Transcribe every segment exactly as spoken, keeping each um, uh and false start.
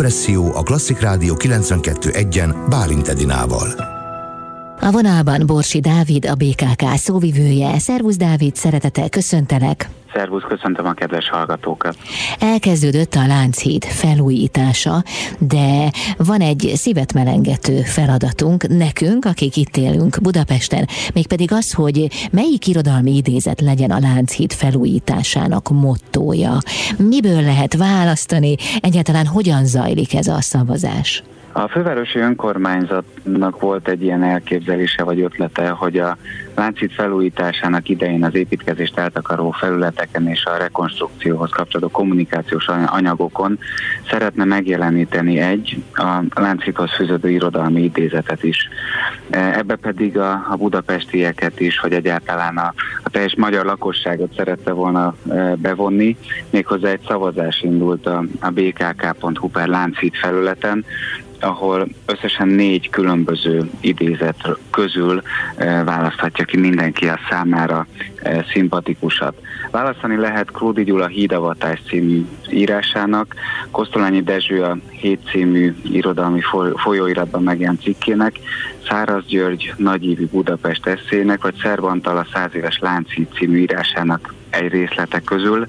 Klubrádió a Klasszik Rádió kilencvenkettő egyen Bálint Edinával. A vonalban Borsi Dávid, a bé ká ká szóvivője. Szervusz Dávid, szeretettel köszöntelek! Szervusz, köszöntöm a kedves hallgatókat! Elkezdődött a Lánchíd felújítása, de van egy szívet melengető feladatunk nekünk, akik itt élünk Budapesten, mégpedig az, hogy melyik irodalmi idézet legyen a Lánchíd felújításának mottója. Miből lehet választani? Egyáltalán hogyan zajlik ez a szavazás? A fővárosi önkormányzatnak volt egy ilyen elképzelése vagy ötlete, hogy a Lánchíd felújításának idején az építkezést eltakaró felületeken és a rekonstrukcióhoz kapcsolódó kommunikációs anyagokon szeretne megjeleníteni egy a Lánchídhoz fűződő irodalmi idézetet is. Ebbe pedig a, a budapestieket is, hogy egyáltalán a, a teljes magyar lakosságot szerette volna bevonni. Méghozzá egy szavazás indult a, a bé ká ká pont hu per Lánchíd felületen, ahol összesen négy különböző idézet közül e, választhatja ki mindenki a számára e, szimpatikusat. Választani lehet Kródi Gyula Hídavatás című írásának, Kosztolányi Dezső a Hét című irodalmi folyóiratban megjelent cikkének, Száraz György Nagyívű Budapest eszének, vagy Szerb Antal a Száz éves Lánchíd című írásának egy részlete közül.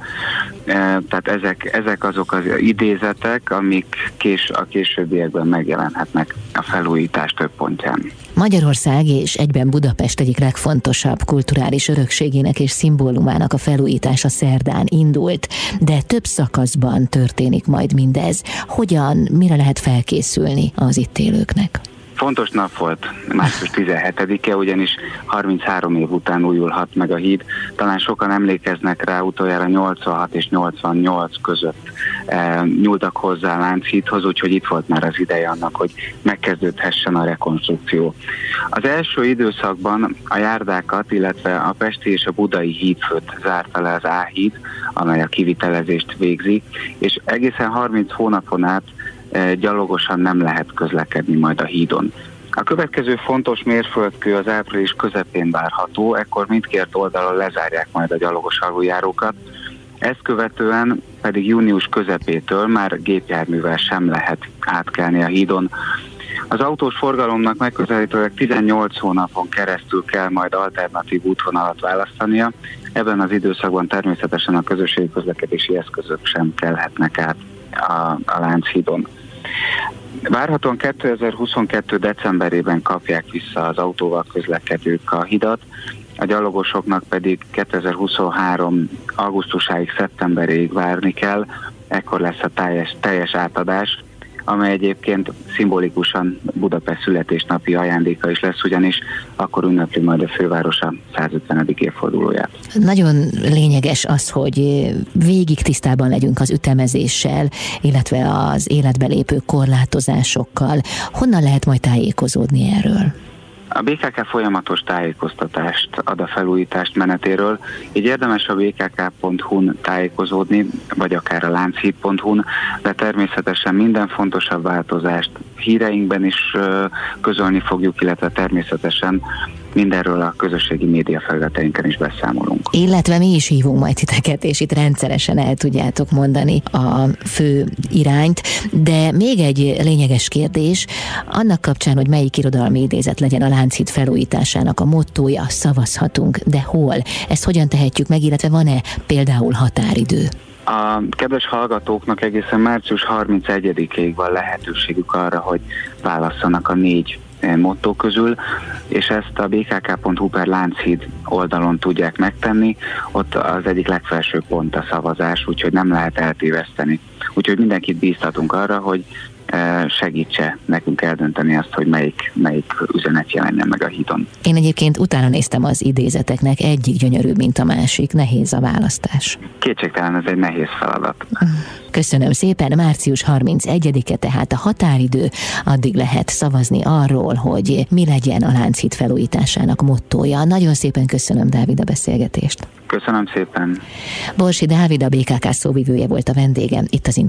E, tehát ezek, ezek azok az idézetek, amik kés, a későbbiekben megjelenhetnek a felújítás több pontján. Magyarország és egyben Budapest egyik legfontosabb kulturális örökségének és szimbólumának a felújítása szerdán indult, de több szakaszban történik majd mindez. Hogyan, mire lehet felkészülni az itt élőknek? Fontos nap volt március tizenhetedike, ugyanis harminchárom év után újulhat meg a híd. Talán sokan emlékeznek rá, utoljára nyolcvanhat és nyolcvannyolc között e, nyúltak hozzá a Lánchídhoz, úgyhogy itt volt már az ideje annak, hogy megkezdődhessen a rekonstrukció. Az első időszakban a járdákat, illetve a pesti és a budai hídfőt zárta le az á híd, amely a kivitelezést végzi, és egészen harminc hónapon át gyalogosan nem lehet közlekedni majd a hídon. A következő fontos mérföldkő az április közepén várható, ekkor mindkét oldalon lezárják majd a gyalogos aluljárókat, ezt követően pedig június közepétől már gépjárművel sem lehet átkelni a hídon. Az autós forgalomnak megközelítőleg tizennyolc hónapon keresztül kell majd alternatív útvonalat választania, ebben az időszakban természetesen a közösségi közlekedési eszközök sem kelhetnek át a, a Lánchídon. Várhatóan kétezer-huszonkettő decemberében kapják vissza az autóval közlekedők a hidat, a gyalogosoknak pedig kétezer-huszonhárom augusztusáig, szeptemberig várni kell, ekkor lesz a teljes, teljes átadás, amely egyébként szimbolikusan Budapest születésnapi ajándéka is lesz, ugyanis akkor ünnepli majd a főváros a százötvenedik évfordulóját. Nagyon lényeges az, hogy végig tisztában legyünk az ütemezéssel, illetve az életbe lépő korlátozásokkal. Honnan lehet majd tájékozódni erről? A bé ká ká folyamatos tájékoztatást ad a felújítást menetéről, így érdemes a bé ká ká pont hu-n tájékozódni, vagy akár a lánchíd pont hu-n, de természetesen minden fontosabb változást híreinkben is közölni fogjuk, illetve természetesen mindenről a közösségi média felületeinken is beszámolunk. Illetve mi is hívunk majd titeket, és itt rendszeresen el tudjátok mondani a fő irányt, de még egy lényeges kérdés, annak kapcsán, hogy melyik irodalmi idézet legyen a Lánchíd felújításának a mottója, szavazhatunk, de hol? Ezt hogyan tehetjük meg, illetve van-e például határidő? A kedves hallgatóknak egészen március harmincegyedikéig van lehetőségük arra, hogy válasszanak a négy motto közül, és ezt a bé ká ká pont hu per Lánchíd oldalon tudják megtenni, ott az egyik legfelső pont a szavazás, úgyhogy nem lehet eltéveszteni. Úgyhogy mindenkit bíztatunk arra, hogy segítse nekünk eldönteni azt, hogy melyik, melyik üzenet jelenjen meg a hídon. Én egyébként utána néztem az idézeteknek, egyik gyönyörűbb, mint a másik. Nehéz a választás. Kétségtelen ez egy nehéz feladat. Köszönöm szépen, március harmincegyedike tehát a határidő, addig lehet szavazni arról, hogy mi legyen a Lánchíd felújításának mottója. Nagyon szépen köszönöm, Dávid, a beszélgetést. Köszönöm szépen. Borsi Dávid, a bé ká ká szóvivője volt a vendégem itt az